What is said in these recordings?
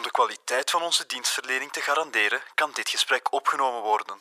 de kwaliteit van onze dienstverlening te garanderen, kan dit gesprek opgenomen worden.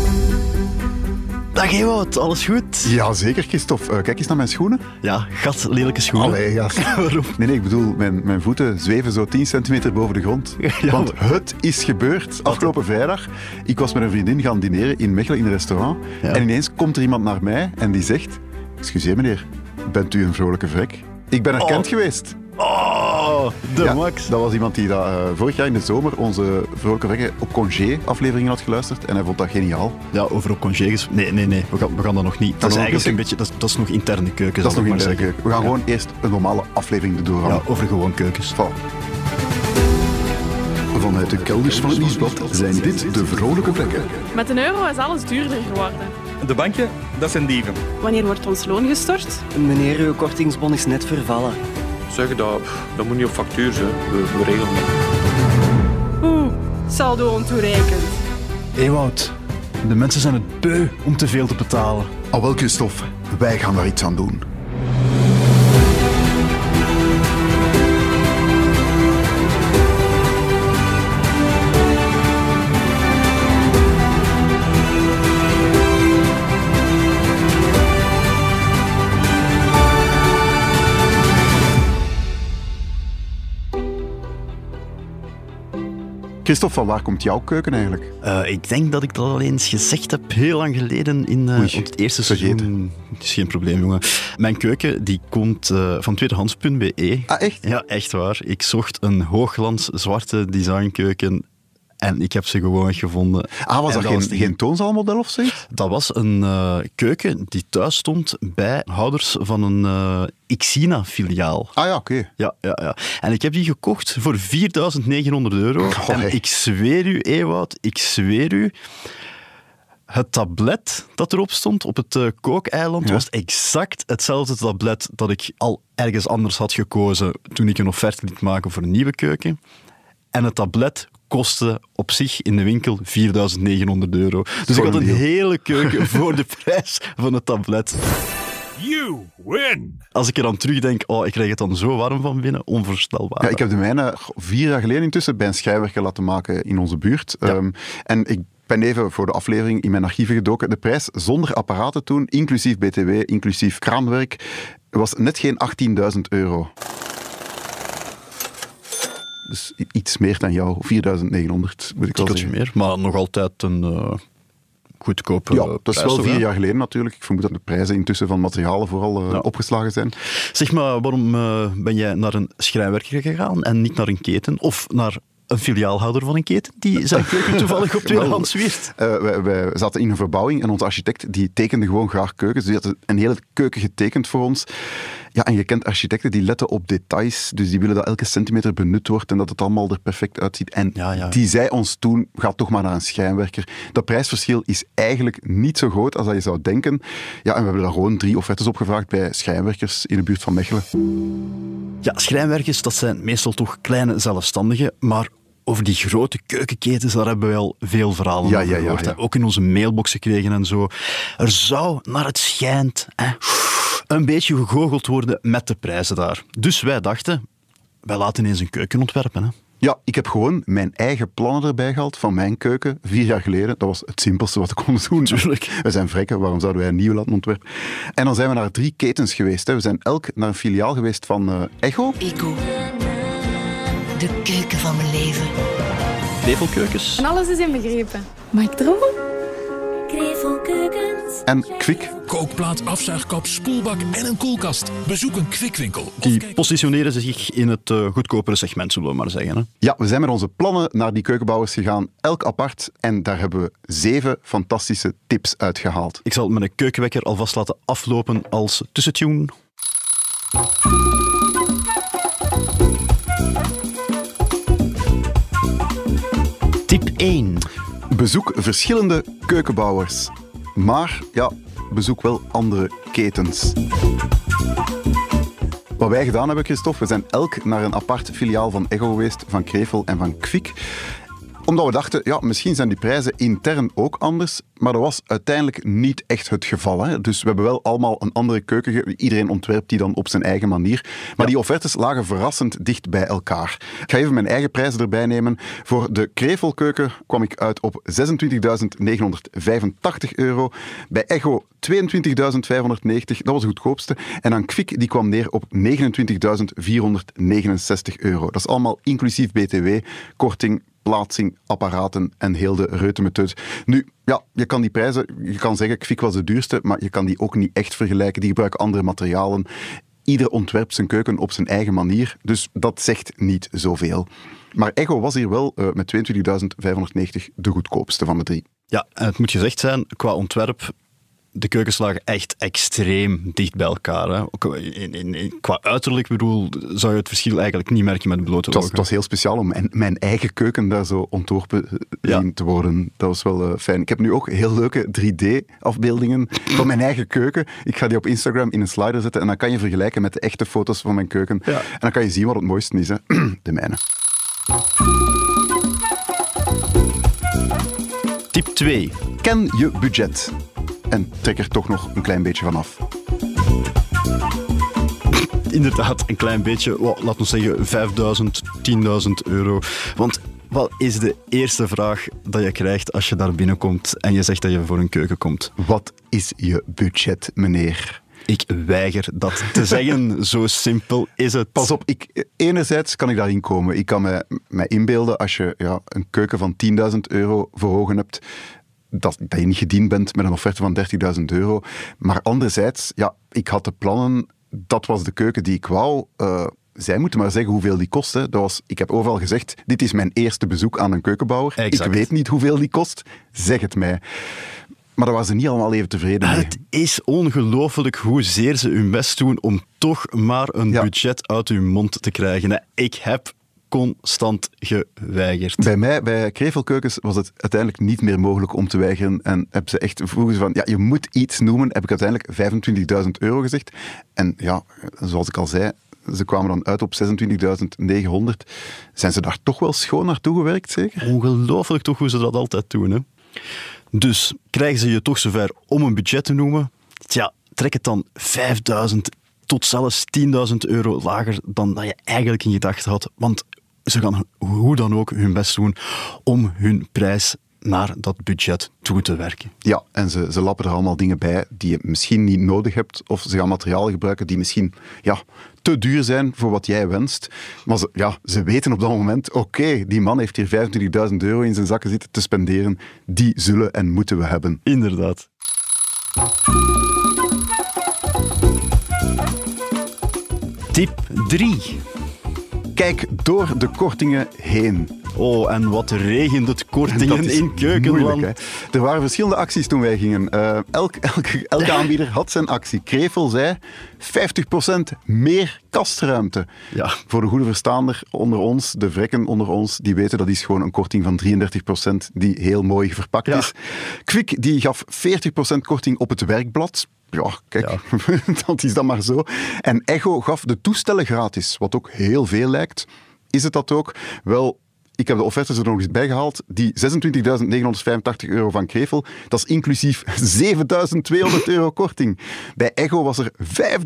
Dag Ewout, alles goed? Ja, zeker, Christophe. Kijk eens naar mijn schoenen. Ja, lelijke schoenen. Allee, gast. Waarom? Nee, ik bedoel, mijn voeten zweven zo 10 centimeter boven de grond. Ja, Want het is gebeurd afgelopen vrijdag. Ik was met een vriendin gaan dineren in Mechelen in een restaurant. Ja. En ineens komt er iemand naar mij en die zegt... Excuseer meneer, bent u een vrolijke vrek? Ik ben erkend geweest. Oh, de Ja, max. dat was iemand die vorig jaar in de zomer onze Vrolijke Vrekken op congé afleveringen had geluisterd. En hij vond dat geniaal. Ja, over op congé Nee, we gaan dat nog niet. Dat is eigenlijk een beetje... Dat is nog interne keuken. Dat is nog in in de keuken. We gaan gewoon eerst een normale aflevering erdoor gaan. Ja, over gewoon keukens. Voilà. Vanuit de kelders van het Nieuwsblad zijn dit de Vrolijke Vrekken. Met €1 is alles duurder geworden. De banken, dat zijn dieven. Wanneer wordt ons loon gestort? Meneer, uw kortingsbon is net vervallen. Zeg dat moet niet op factuur zijn. We regelen dat. Saldo ontoereikend. Ewout, de mensen zijn het beu om te veel te betalen. Al wel, Christophe, wij gaan daar iets aan doen. Christophe, van waar komt jouw keuken eigenlijk? Ik denk dat ik dat al eens gezegd heb, heel lang geleden in op het eerste seizoen. Het is geen probleem, jongen. Mijn keuken die komt van tweedehands.be. Ah, echt? Ja, echt waar. Ik zocht een hoogglans zwarte designkeuken en ik heb ze gewoon gevonden. Ah, was En dat geen toonzaalmodel of zoiets? Dat was een keuken die thuis stond bij houders van een Xina-filiaal. Ah ja, oké. Ja. En ik heb die gekocht voor €4.900. En hey. ik zweer u, Ewout, het tablet dat erop stond op het kookeiland was exact hetzelfde tablet dat ik al ergens anders had gekozen toen ik een offerte liet maken voor een nieuwe keuken. En het tablet kostte op zich in de winkel €4.900. Dus ik had een hele keuken voor de prijs van het tablet. You win! Als ik er aan terugdenk, ik krijg het dan zo warm van binnen, onvoorstelbaar. Ja, ik heb de mijne 4 jaar geleden intussen bij een schrijnwerker laten maken in onze buurt. Ja. En ik ben even voor de aflevering in mijn archieven gedoken. De prijs zonder apparaten toen, inclusief BTW, inclusief kraanwerk, was net geen €18.000. Dus iets meer dan jou, €4.900 moet ik wel zeggen. Meer, maar nog altijd een goedkope Ja, dat is prijs, wel 4 toch, jaar geleden natuurlijk. Ik vermoed dat de prijzen intussen van materialen vooral opgeslagen zijn. Zeg maar, waarom ben jij naar een schrijnwerker gegaan en niet naar een keten? Of naar een filiaalhouder van een keten die zijn keuken toevallig op tweedehands wiert? Wij zaten in een verbouwing en onze architect die tekende gewoon graag keukens. Dus die had een hele keuken getekend voor ons. Ja, en je kent architecten die letten op details, dus die willen dat elke centimeter benut wordt en dat het allemaal er perfect uitziet. En die zei ons toen, ga toch maar naar een schrijnwerker. Dat prijsverschil is eigenlijk niet zo groot als dat je zou denken. Ja, en we hebben daar gewoon 3 offertes op gevraagd bij schrijnwerkers in de buurt van Mechelen. Ja, schrijnwerkers, dat zijn meestal toch kleine zelfstandigen, maar over die grote keukenketens, daar hebben we al veel verhalen over gehoord. Ja. Ook in onze mailbox gekregen en zo. Er zou, naar het schijnt, een beetje gegoocheld worden met de prijzen daar. Dus wij dachten, wij laten eens een keuken ontwerpen. Hè. Ja, ik heb gewoon mijn eigen plannen erbij gehaald van mijn keuken 4 jaar geleden. Dat was het simpelste wat ik kon doen. Tuurlijk. We zijn vrekken, waarom zouden wij een nieuw laten ontwerpen? En dan zijn we naar 3 ketens geweest. Hè. We zijn elk naar een filiaal geweest van Echo. Echo. De keuken van mijn leven. Krevelkeukens. En alles is inbegrepen. Mag ik dromen? Krevelkeukens. En Kwik. Kookplaat, afzuigkap, spoelbak en een koelkast. Bezoek een Kwikwinkel. Die positioneren zich in het goedkopere segment, zullen we maar zeggen. Hè? Ja, we zijn met onze plannen naar die keukenbouwers gegaan, elk apart. En daar hebben we 7 fantastische tips uitgehaald. Ik zal mijn keukenwekker alvast laten aflopen als tussentune. Tip 1. Bezoek verschillende keukenbouwers. Maar ja, bezoek wel andere ketens. Wat wij gedaan hebben, Christophe, we zijn elk naar een apart filiaal van Echo geweest, van Krevel en van Kwik. Omdat we dachten, ja, misschien zijn die prijzen intern ook anders, maar dat was uiteindelijk niet echt het geval. Hè? Dus we hebben wel allemaal een andere keuken. Iedereen ontwerpt die dan op zijn eigen manier. Maar die offertes lagen verrassend dicht bij elkaar. Ik ga even mijn eigen prijzen erbij nemen. Voor de krevelkeuken kwam ik uit op €26.985. Bij Echo 22.590, dat was de goedkoopste. En aan Kwik die kwam neer op €29.469. Dat is allemaal inclusief BTW, korting, plaatsing, apparaten en heel de reutemeteut. Nu, ja, je kan die prijzen, je kan zeggen Kwik was de duurste, maar je kan die ook niet echt vergelijken. Die gebruiken andere materialen. Ieder ontwerpt zijn keuken op zijn eigen manier, dus dat zegt niet zoveel. Maar Echo was hier wel met 22.590 de goedkoopste van de drie. Ja, en het moet gezegd zijn, qua ontwerp, de keukens lagen echt extreem dicht bij elkaar. Hè. Ook qua uiterlijk, bedoel, zou je het verschil eigenlijk niet merken met blote ogen. Het was heel speciaal om mijn eigen keuken daar zo ontworpen te worden. Dat was wel fijn. Ik heb nu ook heel leuke 3D-afbeeldingen van mijn eigen keuken. Ik ga die op Instagram in een slider zetten en dan kan je vergelijken met de echte foto's van mijn keuken. Ja. En dan kan je zien wat het mooiste is. Hè. De mijne. Tip 2. Ken je budget. En trek er toch nog een klein beetje van af. Inderdaad, een klein beetje. Laten we zeggen €5.000, €10.000. Want wat is de eerste vraag dat je krijgt als je daar binnenkomt en je zegt dat je voor een keuken komt? Wat is je budget, meneer? Ik weiger dat te zeggen. Zo simpel is het. Pas op, enerzijds kan ik daarin komen. Ik kan mij inbeelden als je een keuken van €10.000 voor ogen hebt, dat je niet gediend bent met een offerte van €30.000. Maar anderzijds, ja, ik had de plannen, dat was de keuken die ik wou. Zij moeten maar zeggen hoeveel die kost. Ik heb overal gezegd, dit is mijn eerste bezoek aan een keukenbouwer. Exact. Ik weet niet hoeveel die kost. Zeg het mij. Maar daar waren ze niet allemaal even tevreden mee. Het is ongelooflijk hoezeer ze hun best doen om toch maar een budget uit hun mond te krijgen. Ik heb constant geweigerd. Bij mij, bij krevelkeukens, was het uiteindelijk niet meer mogelijk om te weigeren. En heb ze echt vroegen van, ja, je moet iets noemen. Heb ik uiteindelijk €25.000 gezegd. En ja, zoals ik al zei, ze kwamen dan uit op 26.900. Zijn ze daar toch wel schoon naartoe gewerkt, zeker? Ongelooflijk toch hoe ze dat altijd doen, hè? Dus krijgen ze je toch zover om een budget te noemen? Tja, trek het dan €5.000 tot zelfs €10.000 lager dan dat je eigenlijk in gedachten had. Want ze gaan hoe dan ook hun best doen om hun prijs naar dat budget toe te werken. Ja, en ze lappen er allemaal dingen bij die je misschien niet nodig hebt. Of ze gaan materialen gebruiken die misschien te duur zijn voor wat jij wenst. Maar ze weten op dat moment, oké, die man heeft hier €25.000 in zijn zakken zitten te spenderen. Die zullen en moeten we hebben. Inderdaad. Tip 3. Kijk door de kortingen heen. Oh, en wat regent het kortingen in Keukenland. Er waren verschillende acties toen wij gingen. Elke aanbieder had zijn actie. Krevel zei 50% meer kastruimte. Ja. Voor de goede verstaander onder ons, de vrekken onder ons, die weten dat is gewoon een korting van 33% die heel mooi verpakt is. Kwik die gaf 40% korting op het werkblad. Ja, kijk, dat is dan maar zo. En Echo gaf de toestellen gratis, wat ook heel veel lijkt. Is het dat ook? Wel, ik heb de offertes er nog eens bijgehaald. Die €26.985 van Krevel, dat is inclusief €7.200 korting. Bij Echo was er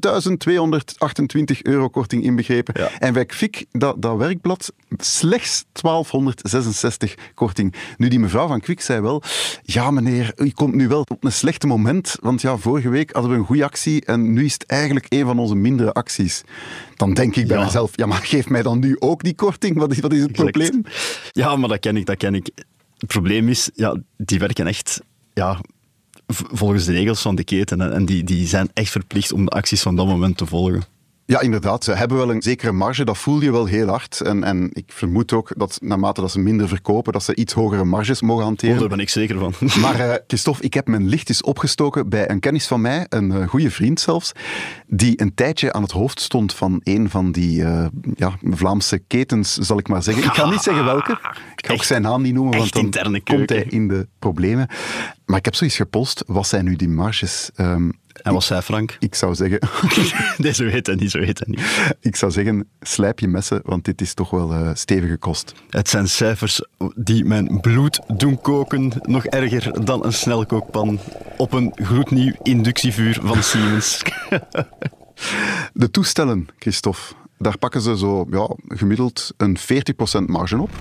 €5.228 korting inbegrepen. Ja. En bij Kwik, dat werkblad, slechts €1.266 korting. Nu, die mevrouw van Kwik zei wel, ja meneer, u komt nu wel op een slechte moment, want ja, vorige week hadden we een goede actie en nu is het eigenlijk een van onze mindere acties. Dan denk ik bij mezelf, ja, maar geef mij dan nu ook die korting. Wat is het probleem? Ja, maar dat ken ik. Het probleem is, die werken echt volgens de regels van de keten en die zijn echt verplicht om de acties van dat moment te volgen. Ja, inderdaad. Ze hebben wel een zekere marge, dat voel je wel heel hard. En ik vermoed ook dat naarmate dat ze minder verkopen, dat ze iets hogere marges mogen hanteren. Daar ben ik zeker van. Maar Christophe, ik heb mijn licht eens opgestoken bij een kennis van mij, een goede vriend zelfs, die een tijdje aan het hoofd stond van een van die Vlaamse ketens, zal ik maar zeggen. Ik ga niet zeggen welke. Ik ga ook zijn naam niet noemen, want dan komt hij in de problemen. Maar ik heb zoiets gepost. Wat zijn nu die marges? En wat zei Frank? Ik zou zeggen... Nee, zo heet het niet. Ik zou zeggen, slijp je messen, want dit is toch wel stevige kost. Het zijn cijfers die mijn bloed doen koken. Nog erger dan een snelkookpan op een gloednieuw inductievuur van Siemens. De toestellen, Christophe, daar pakken ze zo gemiddeld een 40% marge op.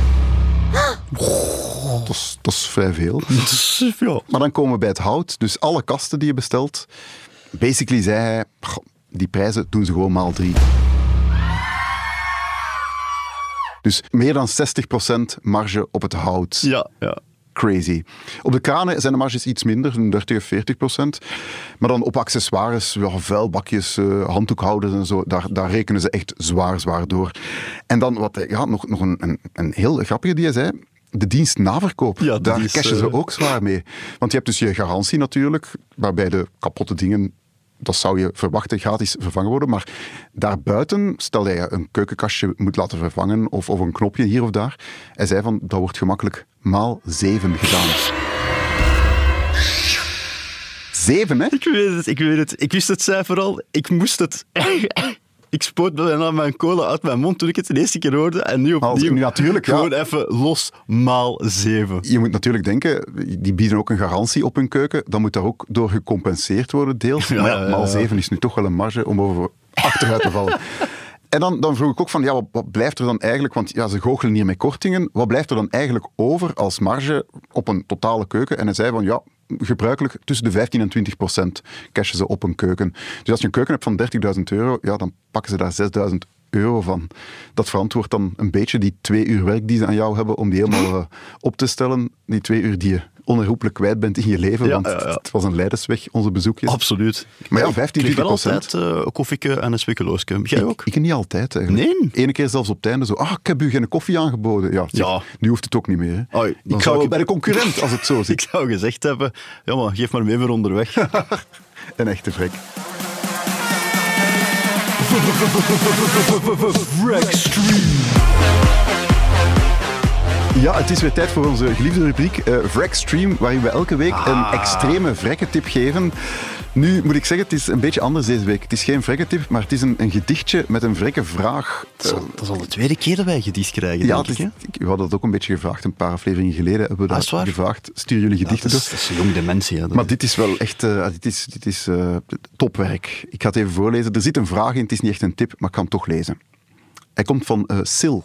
Dat is vrij veel. Ja. Maar dan komen we bij het hout. Dus alle kasten die je bestelt, basically zei hij, die prijzen doen ze gewoon maal 3. Dus meer dan 60% marge op het hout. Ja. Crazy. Op de kranen zijn de marges iets minder, 30 of 40%. Maar dan op accessoires, vuilbakjes, handdoekhouders en zo, daar rekenen ze echt zwaar door. En dan nog een heel grappige die hij zei. De dienst naverkoop, daar cashen ze ook zwaar mee. Want je hebt dus je garantie natuurlijk, waarbij de kapotte dingen, dat zou je verwachten, gratis vervangen worden. Maar daarbuiten, stel dat je een keukenkastje moet laten vervangen of een knopje hier of daar. Hij zei van, dat wordt gemakkelijk maal 7 gedaan. 7, hè? Ik weet het. Ik wist het cijfer al. Ik moest het... Ik spoot bijna mijn cola uit mijn mond toen ik het de eerste keer hoorde. En nu opnieuw. Nu natuurlijk, gewoon even los maal 7. Je moet natuurlijk denken, die bieden ook een garantie op hun keuken. Dan moet daar ook door gecompenseerd worden, deels. Maar maal 7 is nu toch wel een marge om over achteruit te vallen. En dan vroeg ik ook van, wat blijft er dan eigenlijk? Want ze goochelen hier met kortingen. Wat blijft er dan eigenlijk over als marge op een totale keuken? En hij zei van, gebruikelijk tussen de 15 en 20% cashen ze op een keuken. Dus als je een keuken hebt van €30.000, dan pakken ze daar €6.000 van. Dat verantwoordt dan een beetje die 2 uur werk die ze aan jou hebben om die helemaal op te stellen. Die 2 uur die je onherroepelijk kwijt bent in je leven, want het was een leidersweg, onze bezoekjes. Absoluut. Maar 15, 20%. Ik wel altijd een koffieke en een speculoosje. Jij ook? Ik niet altijd, eigenlijk. Nee? Ene keer zelfs op het einde zo, ik heb u geen koffie aangeboden. Nu hoeft het ook niet meer. Hè. Ik ga wel bij de concurrent, als het zo zit. Ik zou gezegd hebben, maar geef maar mee voor onderweg. Een echte vrek. Ja, het is weer tijd voor onze geliefde rubriek Wreckstream, waarin we elke week een extreme vrekketip geven. Nu moet ik zeggen, het is een beetje anders deze week. Het is geen vrekketip, maar het is een gedichtje met een vrekke vraag. Dat is al de tweede keer dat wij gedicht krijgen, denk ik. We hadden dat ook een beetje gevraagd. Een paar afleveringen geleden hebben we dat gevraagd. Stuur jullie gedichten door. Dat is jong dementie. Hè, maar dit is wel echt dit is topwerk. Ik ga het even voorlezen. Er zit een vraag in, het is niet echt een tip, maar ik kan hem toch lezen. Hij komt van Sil.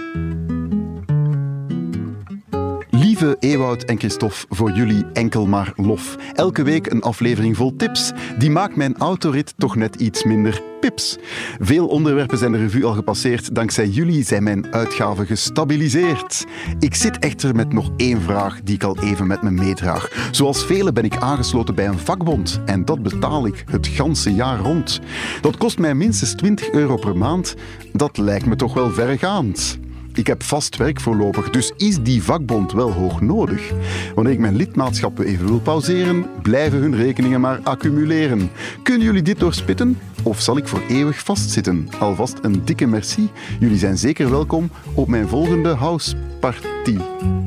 Lieve Ewout en Christophe, voor jullie enkel maar lof. Elke week een aflevering vol tips. Die maakt mijn autorit toch net iets minder pips. Veel onderwerpen zijn de revue al gepasseerd. Dankzij jullie zijn mijn uitgaven gestabiliseerd. Ik zit echter met nog 1 vraag die ik al even met me meedraag. Zoals velen ben ik aangesloten bij een vakbond. En dat betaal ik het ganse jaar rond. Dat kost mij minstens €20 per maand. Dat lijkt me toch wel verregaand. Ik heb vast werk voorlopig, dus is die vakbond wel hoog nodig? Wanneer ik mijn lidmaatschap even wil pauzeren, blijven hun rekeningen maar accumuleren. Kunnen jullie dit doorspitten? Of zal ik voor eeuwig vastzitten? Alvast een dikke merci. Jullie zijn zeker welkom op mijn volgende houseparty.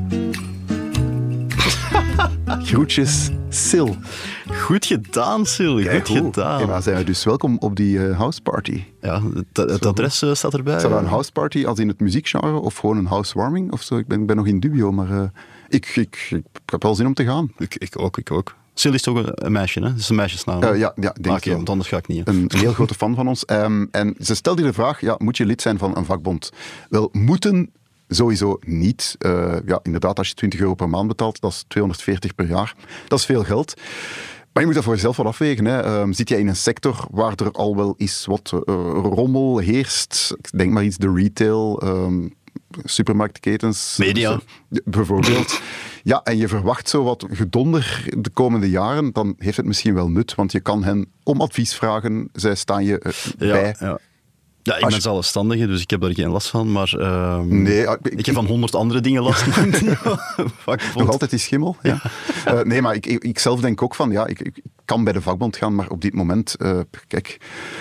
Groetjes, Sil. Goed gedaan, Sil. Goed gedaan. En dan zijn we dus welkom op die houseparty. Ja, het adres staat erbij. Is dat een houseparty als in het muziekgenre of gewoon een housewarming of zo? Ik ben nog in dubio, maar ik heb wel zin om te gaan. Ik ook. Sil is toch een meisje, hè? Dat is een meisjesnaam. Ja, denk ik. Want anders ga ik niet. Een heel grote fan van ons. En ze stelde de vraag, moet je lid zijn van een vakbond? Wel, moeten... Sowieso niet. Inderdaad, als je €20 per maand betaalt, dat is 240 per jaar. Dat is veel geld. Maar je moet dat voor jezelf wel afwegen. Hè. Zit jij in een sector waar er al wel eens wat rommel heerst? Ik denk maar iets, de retail, supermarktketens. Media. Bijvoorbeeld. Ja, en je verwacht zo wat gedonder de komende jaren, dan heeft het misschien wel nut, want je kan hen om advies vragen. Zij staan je bij. Ja. Ja, ik ben zelfstandige, dus ik heb daar geen last van, maar ik heb van 100 andere dingen last van. Nog altijd die schimmel? Ja. Nee, maar ik zelf denk ook van, ik kan bij de vakbond gaan, maar op dit moment, kijk,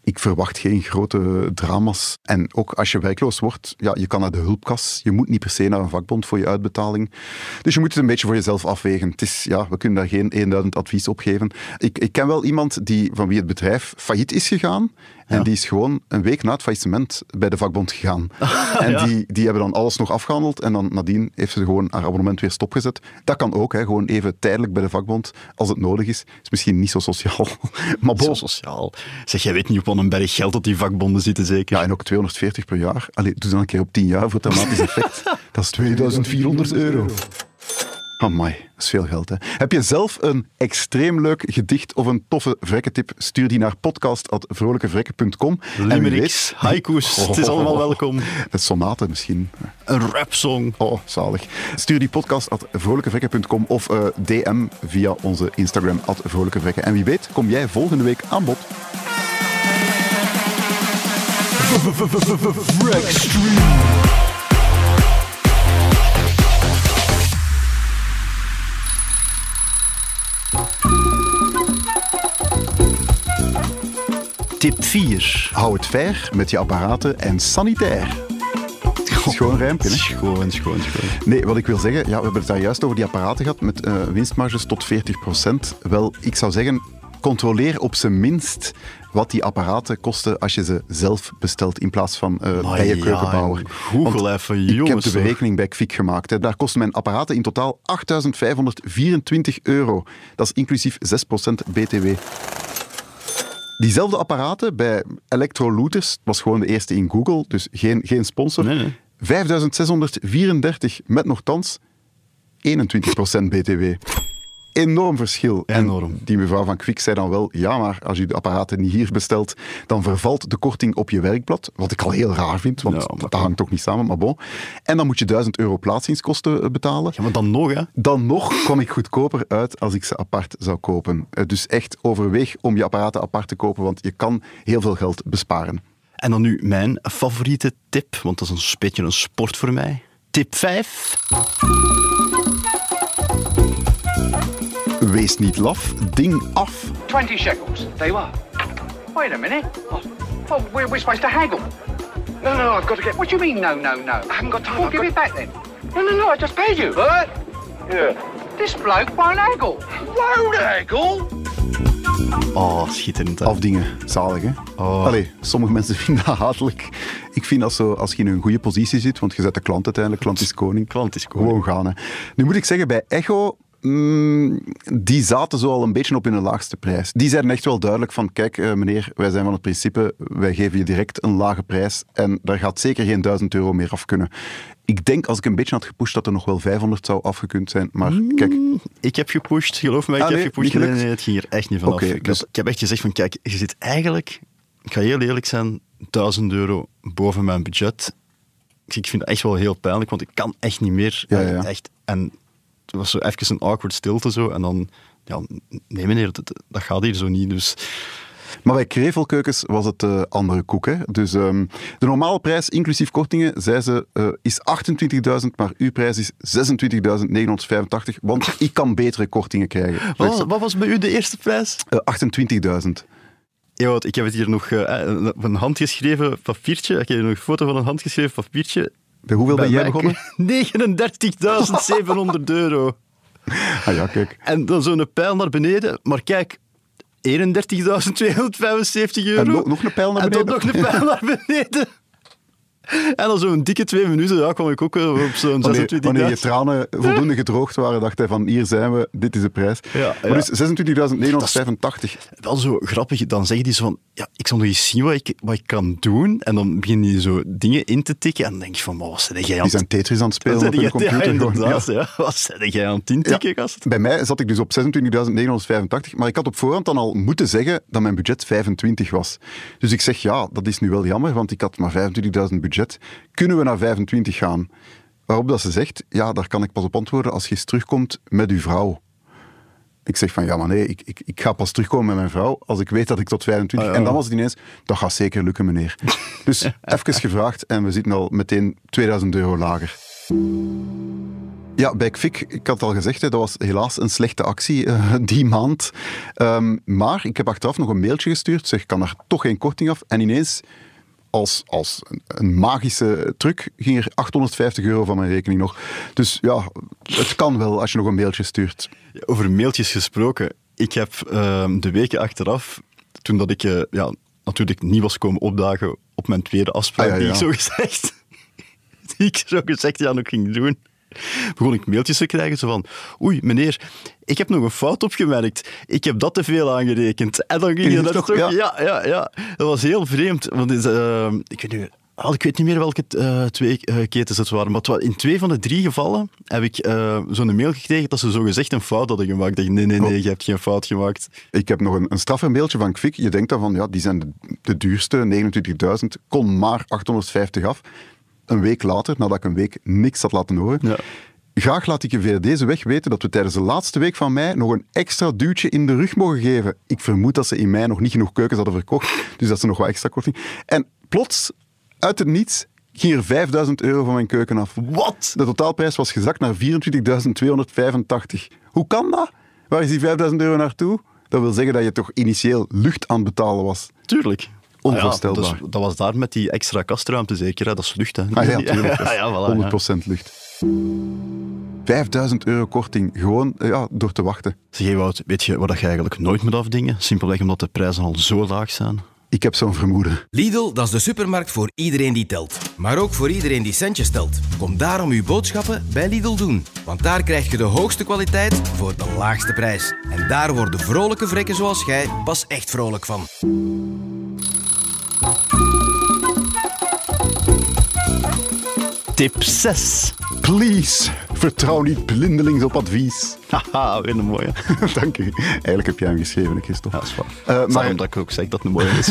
Ik verwacht geen grote drama's. En ook als je werkloos wordt, ja, je kan naar de hulpkas. Je moet niet per se naar een vakbond voor je uitbetaling. Dus je moet het een beetje voor jezelf afwegen. Het is, ja, we kunnen daar geen eenduidend advies op geven. Ik ken wel iemand van wie het bedrijf failliet is gegaan. En die is gewoon een week na het faillissement bij de vakbond gegaan. En die hebben dan alles nog afgehandeld. En dan nadien heeft ze gewoon haar abonnement weer stopgezet. Dat kan ook, hè, gewoon even tijdelijk bij de vakbond, als het nodig is. Is misschien niet zo sociaal. Maar zo sociaal. Zeg, jij weet niet op wat een berg geld dat die vakbonden zitten, zeker? Ja, en ook 240 per jaar. Allee, doe dan een keer op 10 jaar voor het dramatisch effect. Dat is €2400. Amai, dat is veel geld, hè. Heb je zelf een extreem leuk gedicht of een toffe vrekkentip? Stuur die naar podcast@vrolijkevrekken.com. Limericks, haiku's, het is allemaal welkom. Een sonate misschien. Een rapsong. Oh, zalig. Stuur die podcast@vrolijkevrekken.com of DM via onze Instagram @vrolijkevrekken. En wie weet, kom jij volgende week aan bod. Tip 4. Hou het fair met je apparaten en sanitair. Schoon rijmpje, hè? Schoon. Nee, wat ik wil zeggen, ja, we hebben het daar juist over die apparaten gehad met winstmarges tot 40%. Wel, ik zou zeggen, controleer op zijn minst wat die apparaten kosten als je ze zelf bestelt in plaats van bij je keukenbouwer. Google even, jongens. Ik heb de berekening bij Kwik gemaakt. Hè. Daar kosten mijn apparaten in totaal €8.524. Dat is inclusief 6% BTW. Diezelfde apparaten bij Electrolutus, was gewoon de eerste in Google, dus geen sponsor. Nee. 5.634 met nochtans 21% BTW. Enorm verschil. Enorm. En die mevrouw van Kwik zei dan wel, ja, maar als u de apparaten niet hier bestelt, dan vervalt de korting op je werkblad. Wat ik al heel raar vind, want dat hangt toch niet samen, maar bon. En dan moet je €1000 plaatsingskosten betalen. Ja, maar dan nog, hè? Dan nog kwam ik goedkoper uit als ik ze apart zou kopen. Dus echt overweeg om je apparaten apart te kopen, want je kan heel veel geld besparen. En dan nu mijn favoriete tip, want dat is een beetje een sport voor mij. Tip 5. Wees niet laf, ding af. 20 shekels. They were. Wait a minute. Oh, we're supposed to haggle. No, I've got to get... What do you mean, no? I haven't got time. Well, give it back then. No, I just paid you. What? Yeah. This bloke won't haggle. Won't haggle? Oh, schitterend. Hè? Afdingen, zalig, hè? Oh. Allee, sommige mensen vinden dat hatelijk. Ik vind dat zo, als je in een goede positie zit, want je zet de klant uiteindelijk, klant is koning. Gewoon gaan, hè. Nu moet ik zeggen, bij Echo... die zaten zo al een beetje op in de laagste prijs. Die zeiden echt wel duidelijk van, kijk meneer, wij zijn van het principe, wij geven je direct een lage prijs en daar gaat zeker geen €1000 meer af kunnen. Ik denk, als ik een beetje had gepusht, dat er nog wel 500 zou afgekund zijn, maar kijk... Ik heb gepusht, geloof mij, ik heb gepusht. Nee, het ging er echt niet vanaf. Okay, dus... Ik heb echt gezegd van, kijk, je zit eigenlijk, ik ga heel eerlijk zijn, €1000 boven mijn budget. Ik vind het echt wel heel pijnlijk, want ik kan echt niet meer. Ja. Echt, en het was zo even een awkward stilte zo, en dan, ja, nee meneer, dat gaat hier zo niet, dus... Maar bij Krevelkeukens was het andere koek. Hè? Dus de normale prijs, inclusief kortingen, zei ze, is 28.000, maar uw prijs is 26.985, want ik kan betere kortingen krijgen. Wat was bij u de eerste prijs? 28.000. Ja, ik heb het hier nog op een handgeschreven papiertje. Ik heb hier nog een foto van een handgeschreven papiertje. Bij hoeveel ben jij begonnen? €39.700. Ah ja, kijk. En dan zo'n pijl naar beneden, maar kijk... €31.275. En nog een pijl naar beneden? En dan nog een pijl naar beneden. En dan zo'n dikke 2 minuten, ja, kwam ik ook op zo'n 26.000. Wanneer je tranen voldoende gedroogd waren, dacht hij van, hier zijn we, dit is de prijs. Ja. Maar dus 26.985. Wel zo grappig, dan zeggen die zo van, ja, ik zal nog eens zien wat ik kan doen. En dan beginnen die zo dingen in te tikken. En dan denk je van, wat zei jij aan Die zijn Tetris aan het spelen op hun computer. Ja, inderdaad. Ja. Wat zei jij aan het intikken, gast? Bij mij zat ik dus op 26.985, maar ik had op voorhand dan al moeten zeggen dat mijn budget 25 was. Dus ik zeg, ja, dat is nu wel jammer, want ik had maar 25.000 budget. Kunnen we naar 25 gaan? Waarop dat ze zegt, ja, daar kan ik pas op antwoorden als je eens terugkomt met uw vrouw. Ik zeg van, ja, maar nee, ik ga pas terugkomen met mijn vrouw als ik weet dat ik tot 25... En dan was het ineens, dat gaat zeker lukken, meneer. Dus even gevraagd en we zitten al meteen €2000 lager. Ja, bij Kwik, ik had al gezegd, dat was helaas een slechte actie die maand. Maar ik heb achteraf nog een mailtje gestuurd, zeg, kan er toch geen korting af? En ineens, als een magische truc, ging er €850 van mijn rekening nog. Dus ja, het kan wel als je nog een mailtje stuurt. Over mailtjes gesproken, ik heb de weken achteraf, toen dat ik natuurlijk niet was komen opdagen op mijn tweede afspraak, die ik zo gezegd nog ging doen, begon ik mailtjes te krijgen, zo van, oei, meneer, ik heb nog een fout opgemerkt. Ik heb dat te veel aangerekend. En dan ging je dat toch... Ja. Dat was heel vreemd. Want ik weet niet meer welke 2 ketens het waren, maar in 2 van de 3 gevallen heb ik zo'n mail gekregen dat ze zogezegd een fout hadden gemaakt. Ik dacht, nee, je hebt geen fout gemaakt. Ik heb nog een straffer mailtje van Kwik. Je denkt dan van, ja, die zijn de duurste, 29.000, kon maar 850 af. Een week later, nadat ik een week niks had laten horen. Ja. Graag laat ik je via deze weg weten dat we tijdens de laatste week van mei nog een extra duwtje in de rug mogen geven. Ik vermoed dat ze in mei nog niet genoeg keukens hadden verkocht, dus dat ze nog wat extra korting. En plots, uit het niets, ging er €5.000 van mijn keuken af. Wat? De totaalprijs was gezakt naar €24.285. Hoe kan dat? Waar is die €5.000 naartoe? Dat wil zeggen dat je toch initieel lucht aan het betalen was. Tuurlijk. Onvoorstelbaar. Ja, dus dat was daar met die extra kastruimte zeker, hè? Dat is lucht. Hè? Ah, ja, natuurlijk. Voilà, 100% lucht. €5.000 korting, gewoon door te wachten. Zeg, Wout, weet je wat je eigenlijk nooit moet afdingen? Simpelweg omdat de prijzen al zo laag zijn. Ik heb zo'n vermoeden. Lidl, dat is de supermarkt voor iedereen die telt. Maar ook voor iedereen die centjes telt. Kom daarom uw boodschappen bij Lidl doen. Want daar krijg je de hoogste kwaliteit voor de laagste prijs. En daar worden vrolijke vrekken zoals jij pas echt vrolijk van. Tip 6. Please, vertrouw niet blindelings op advies. Haha, weer een mooie. Dank u. Eigenlijk heb jij hem geschreven, Christophe. Ja, dat is waar. Maar omdat ik ook zeg dat het een mooie is.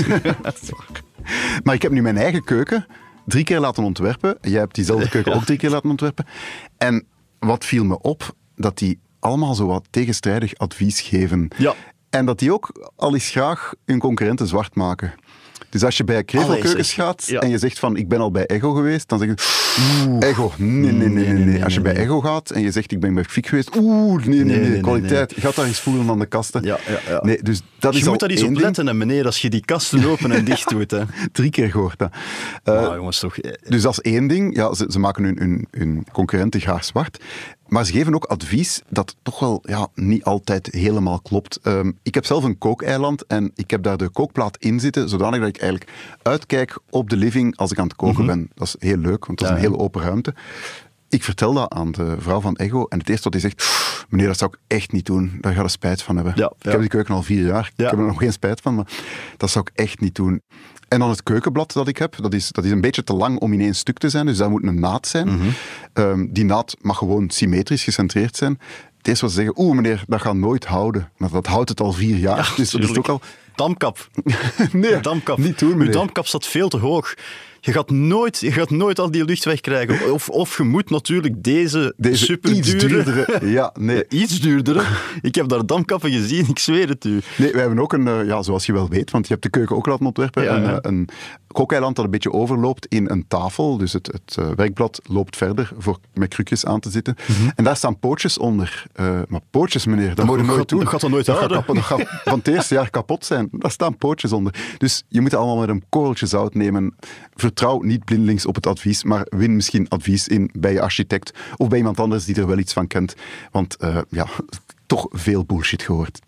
Maar ik heb nu mijn eigen keuken 3 keer laten ontwerpen. Jij hebt diezelfde keuken ook 3 keer laten ontwerpen. En wat viel me op? Dat die allemaal zo wat tegenstrijdig advies geven. Ja. En dat die ook al eens graag hun concurrenten zwart maken. Dus als je bij Krevelkeukens gaat en je zegt van ik ben al bij Eggo geweest, dan zeg je Eggo, nee. Als je bij Eggo gaat en je zegt ik ben bij Kwik geweest, nee, kwaliteit. Ga daar eens voelen aan de kasten. Ja. Nee, dus dat je is moet daar eens op letten, hè, meneer, als je die kasten open en dicht doet. Hè. 3 keer gehoord dat. Jongens, toch. Dus dat is één ding. Ja, ze maken hun concurrenten graag zwart. Maar ze geven ook advies dat toch wel niet altijd helemaal klopt. Ik heb zelf een kookeiland en ik heb daar de kookplaat in zitten, zodanig dat ik eigenlijk uitkijk op de living als ik aan het koken ben. Dat is heel leuk, want dat is een hele open ruimte. Ik vertel dat aan de vrouw van Eggo en het eerste wat hij zegt, meneer, dat zou ik echt niet doen. Daar ga je spijt van hebben. Ik heb die keuken al 4 jaar. Ik heb er nog geen spijt van, maar dat zou ik echt niet doen. En dan het keukenblad dat ik heb, dat is een beetje te lang om in 1 stuk te zijn, dus dat moet een naad zijn. Die naad mag gewoon symmetrisch gecentreerd zijn. Het eerste wat ze zeggen, meneer, dat gaat nooit houden. Maar dat houdt het al 4 jaar. Ja, dus dat is ook al... Dampkap. Nee, dampkap. Niet doen, meneer. Uw dampkap staat veel te hoog. Je gaat nooit al die lucht wegkrijgen. Of je moet natuurlijk deze super iets duurdere. Ja, nee. Iets duurdere. Ik heb daar dampkappen gezien, ik zweer het u. Nee, wij hebben ook zoals je wel weet, want je hebt de keuken ook laten ontwerpen, een kookeiland dat een beetje overloopt in een tafel. Dus het werkblad loopt verder voor met krukjes aan te zitten. En daar staan pootjes onder. Maar pootjes, meneer, dat moet je nooit doen. Dat gaat er nooit houden. Dat gaat van het eerste jaar kapot zijn. Daar staan pootjes onder. Dus je moet het allemaal met een korreltje zout nemen. Vertrouw niet blindelings op het advies, maar win misschien advies in bij je architect of bij iemand anders die er wel iets van kent. Want toch veel bullshit gehoord.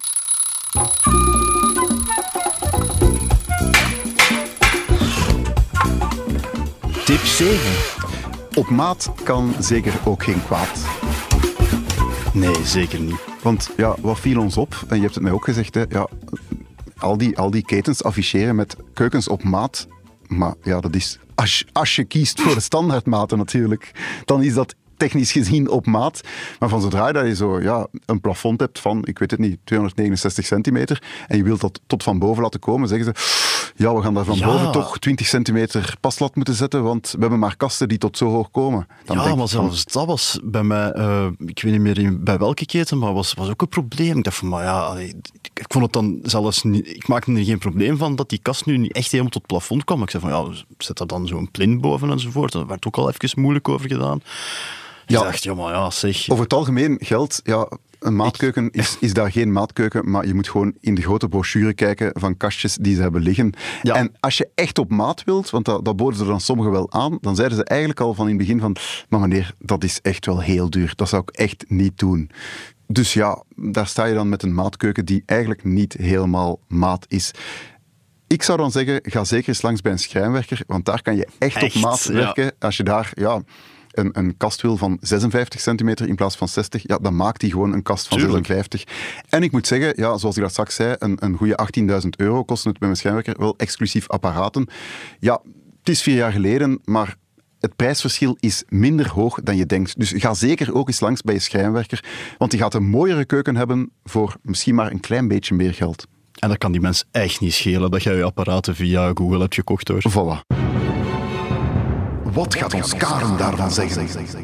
Tip 7. Op maat kan zeker ook geen kwaad. Nee, zeker niet. Want wat viel ons op, en je hebt het mij ook gezegd, hè, al die ketens afficheren met keukens op maat. Maar dat is, als je kiest voor de standaardmaten natuurlijk, dan is dat technisch gezien op maat. Maar van zodra dat je zo een plafond hebt van, ik weet het niet, 269 centimeter, en je wilt dat tot van boven laten komen, zeggen ze, we gaan daar van boven toch 20 centimeter paslat moeten zetten, want we hebben maar kasten die tot zo hoog komen. Maar zelfs dat was bij mij, ik weet niet meer bij welke keten, maar was ook een probleem. Ik dacht van, ik vond het dan zelfs niet, ik maakte er geen probleem van dat die kast nu niet echt helemaal tot het plafond kwam. Ik zei van, zet er dan zo'n plint boven enzovoort. Daar werd ook al even moeilijk over gedaan. Ik dacht, ja, maar ja, zeg. Over het algemeen geldt, ja, een maatkeuken is daar geen maatkeuken, maar je moet gewoon in de grote brochure kijken van kastjes die ze hebben liggen. Ja. En als je echt op maat wilt, want dat boden ze dan sommigen wel aan, dan zeiden ze eigenlijk al van in het begin van, maar meneer, dat is echt wel heel duur. Dat zou ik echt niet doen. Dus ja, daar sta je dan met een maatkeuken die eigenlijk niet helemaal maat is. Ik zou dan zeggen, ga zeker eens langs bij een schrijnwerker, want daar kan je echt op maat werken. Ja. Als je daar een kast wil van 56 centimeter in plaats van 60, ja, dan maakt hij gewoon een kast van 56. En ik moet zeggen, ja, zoals ik dat straks zei, een goede €18.000 kosten het bij mijn schrijnwerker, wel exclusief apparaten. Ja, het is 4 jaar geleden, maar het prijsverschil is minder hoog dan je denkt. Dus ga zeker ook eens langs bij je schrijnwerker, want die gaat een mooiere keuken hebben voor misschien maar een klein beetje meer geld. En dat kan die mens echt niet schelen dat jij je apparaten via Google hebt gekocht, hoor. Voilà. Wat gaat ons Karen daarvan zeggen?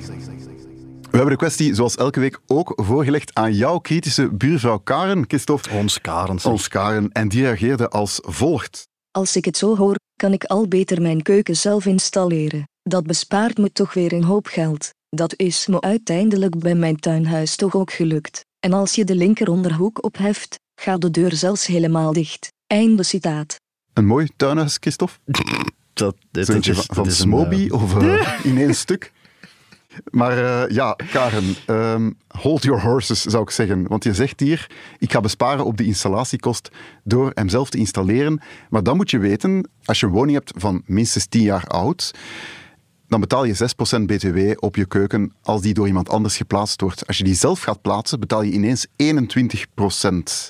We hebben de kwestie, zoals elke week, ook voorgelegd aan jouw kritische buurvrouw Karen, Christophe. Ons Karen. En die reageerde als volgt. Als ik het zo hoor, kan ik al beter mijn keuken zelf installeren. Dat bespaart me toch weer een hoop geld. Dat is me uiteindelijk bij mijn tuinhuis toch ook gelukt. En als je de linkeronderhoek opheft, gaat de deur zelfs helemaal dicht. Einde citaat. Een mooi tuinhuis, Christophe? Zo'n van Smoby of in één stuk? Maar ja, Karen, hold your horses, zou ik zeggen. Want je zegt hier, ik ga besparen op de installatiekost door hem zelf te installeren. Maar dan moet je weten, als je een woning hebt van minstens 10 jaar oud, dan betaal je 6% btw op je keuken als die door iemand anders geplaatst wordt. Als je die zelf gaat plaatsen, betaal je ineens 21%.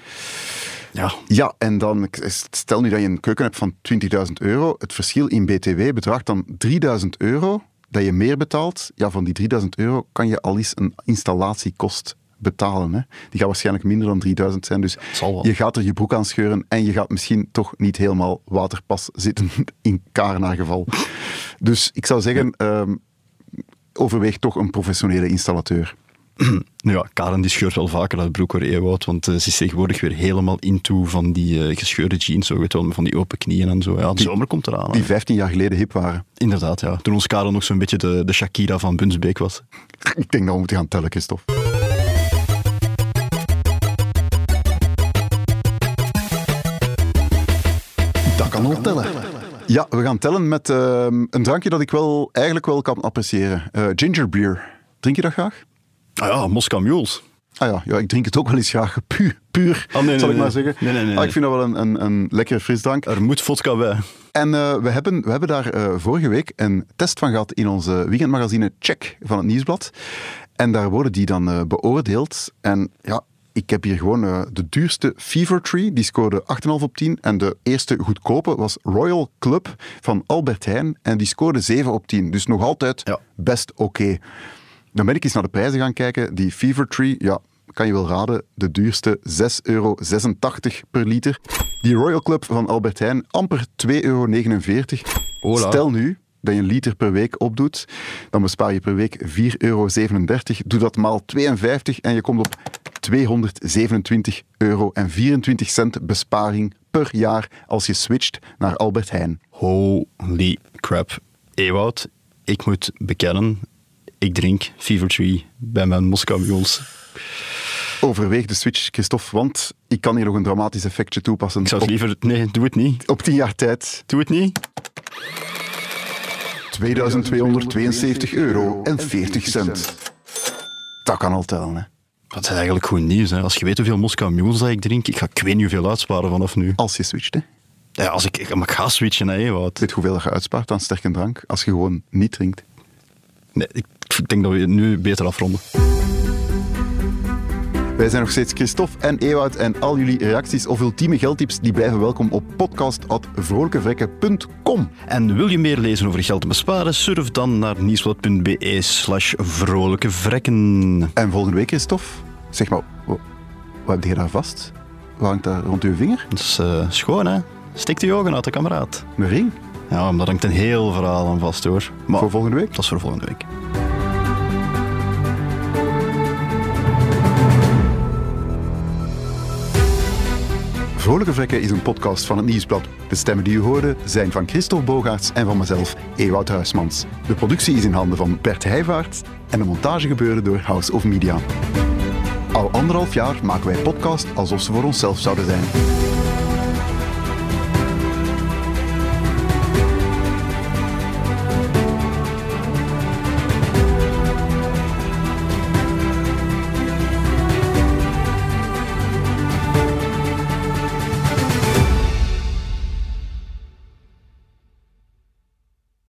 Ja, en dan, stel nu dat je een keuken hebt van €20.000. Het verschil in btw bedraagt dan €3.000 dat je meer betaalt. Ja, van die €3.000 kan je al eens een installatiekost betalen. Hè. Die gaat waarschijnlijk minder dan 3.000 zijn. Dus je gaat er je broek aan scheuren en je gaat misschien toch niet helemaal waterpas zitten in Karen geval. Dus ik zou zeggen, overweeg toch een professionele installateur. Ja, Karen die scheurt wel vaker uit broek hoor, Ewout, want ze is tegenwoordig weer helemaal into van die gescheurde jeans, zo, weet wel, van die open knieën en zo. Ja, de zomer komt eraan. Die 15 jaar geleden hip waren. Inderdaad, ja. Toen ons Karen nog zo'n beetje de Shakira van Bunsbeek was. Ik denk dat we moeten gaan tellen, Christophe. Dat kan al tellen. Ja, we gaan tellen met een drankje dat ik eigenlijk wel kan appreciëren. Ginger beer. Drink je dat graag? Ah ja, Moscow Mules. Ah ja, ik drink het ook wel eens graag puur, zal ik maar zeggen. Nee. Ik vind dat wel een lekkere frisdrank. Er moet vodka bij. En we hebben daar vorige week een test van gehad in onze weekendmagazine Check van het Nieuwsblad. En daar worden die dan beoordeeld. En ja, ik heb hier gewoon de duurste Fever Tree, die scoorde 8,5 op 10. En de eerste goedkope was Royal Club van Albert Heijn. En die scoorde 7 op 10. Dus nog altijd best oké. Dan ben ik eens naar de prijzen gaan kijken. Die Fever Tree, ja, kan je wel raden, de duurste €6,86 per liter. Die Royal Club van Albert Heijn, amper €2,49. Stel nu dat je een liter per week opdoet, dan bespaar je per week €4,37. Doe dat maal 52 en je komt op €227,24 besparing per jaar als je switcht naar Albert Heijn. Holy crap. Ewout, ik moet bekennen, ik drink Fever Tree bij mijn Moscow Mules. Overweeg de switch, Christophe, want ik kan hier nog een dramatisch effectje toepassen. Ik zou het liever... Nee, doe het niet. Op 10 jaar tijd. Doe het niet. €2.272,40. Dat kan al tellen, hè. Dat is eigenlijk goed nieuws, hè. Als je weet hoeveel Moscow Mules dat ik drink, ik weet niet hoeveel uitsparen vanaf nu. Als je switcht, hè. Ja, maar ik ga switchen, hè, Ewout. Weet je hoeveel je uitspaart aan sterke drank als je gewoon niet drinkt? Nee, ik denk dat we het nu beter afronden. Wij zijn nog steeds Christophe en Ewout en al jullie reacties of ultieme geldtips die blijven welkom op podcast@vrolijkevrekken.com. En wil je meer lezen over geld te besparen? Surf dan naar nieuwsblad.be/vrolijkevrekken. En volgende week, Christophe, zeg maar, wat heb je daar vast? Wat hangt daar rond uw vinger? Dat is schoon, hè? Steek de ogen uit, de kameraad. Een ring? Ja, maar daar hangt een heel verhaal aan vast, hoor. Maar voor volgende week? Dat is voor volgende week. Vrolijke Vrekken is een podcast van het Nieuwsblad. De stemmen die u hoorde zijn van Christophe Bogaerts en van mezelf, Ewout Huismans. De productie is in handen van Bert Heijvaart. en de montage gebeurde door House of Media. Al 1,5 jaar maken wij podcast alsof ze voor onszelf zouden zijn.